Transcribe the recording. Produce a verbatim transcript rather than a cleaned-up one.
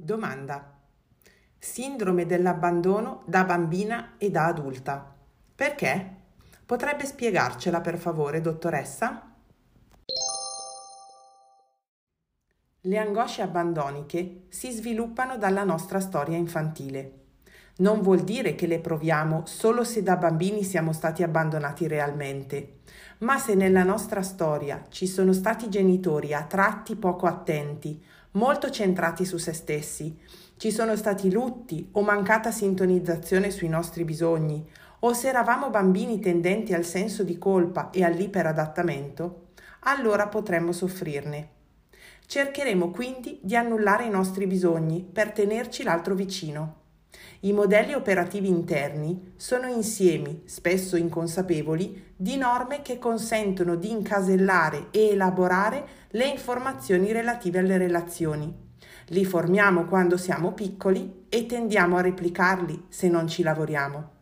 Domanda. Sindrome dell'abbandono da bambina e da adulta. Perché? Potrebbe spiegarcela per favore, dottoressa? Le angosce abbandoniche si sviluppano dalla nostra storia infantile. Non vuol dire che le proviamo solo se da bambini siamo stati abbandonati realmente, ma se nella nostra storia ci sono stati genitori a tratti poco attenti, molto centrati su se stessi, ci sono stati lutti o mancata sintonizzazione sui nostri bisogni, o se eravamo bambini tendenti al senso di colpa e all'iperadattamento, allora potremmo soffrirne. Cercheremo quindi di annullare i nostri bisogni per tenerci l'altro vicino. I modelli operativi interni sono insiemi, spesso inconsapevoli, di norme che consentono di incasellare e elaborare le informazioni relative alle relazioni. Li formiamo quando siamo piccoli e tendiamo a replicarli se non ci lavoriamo.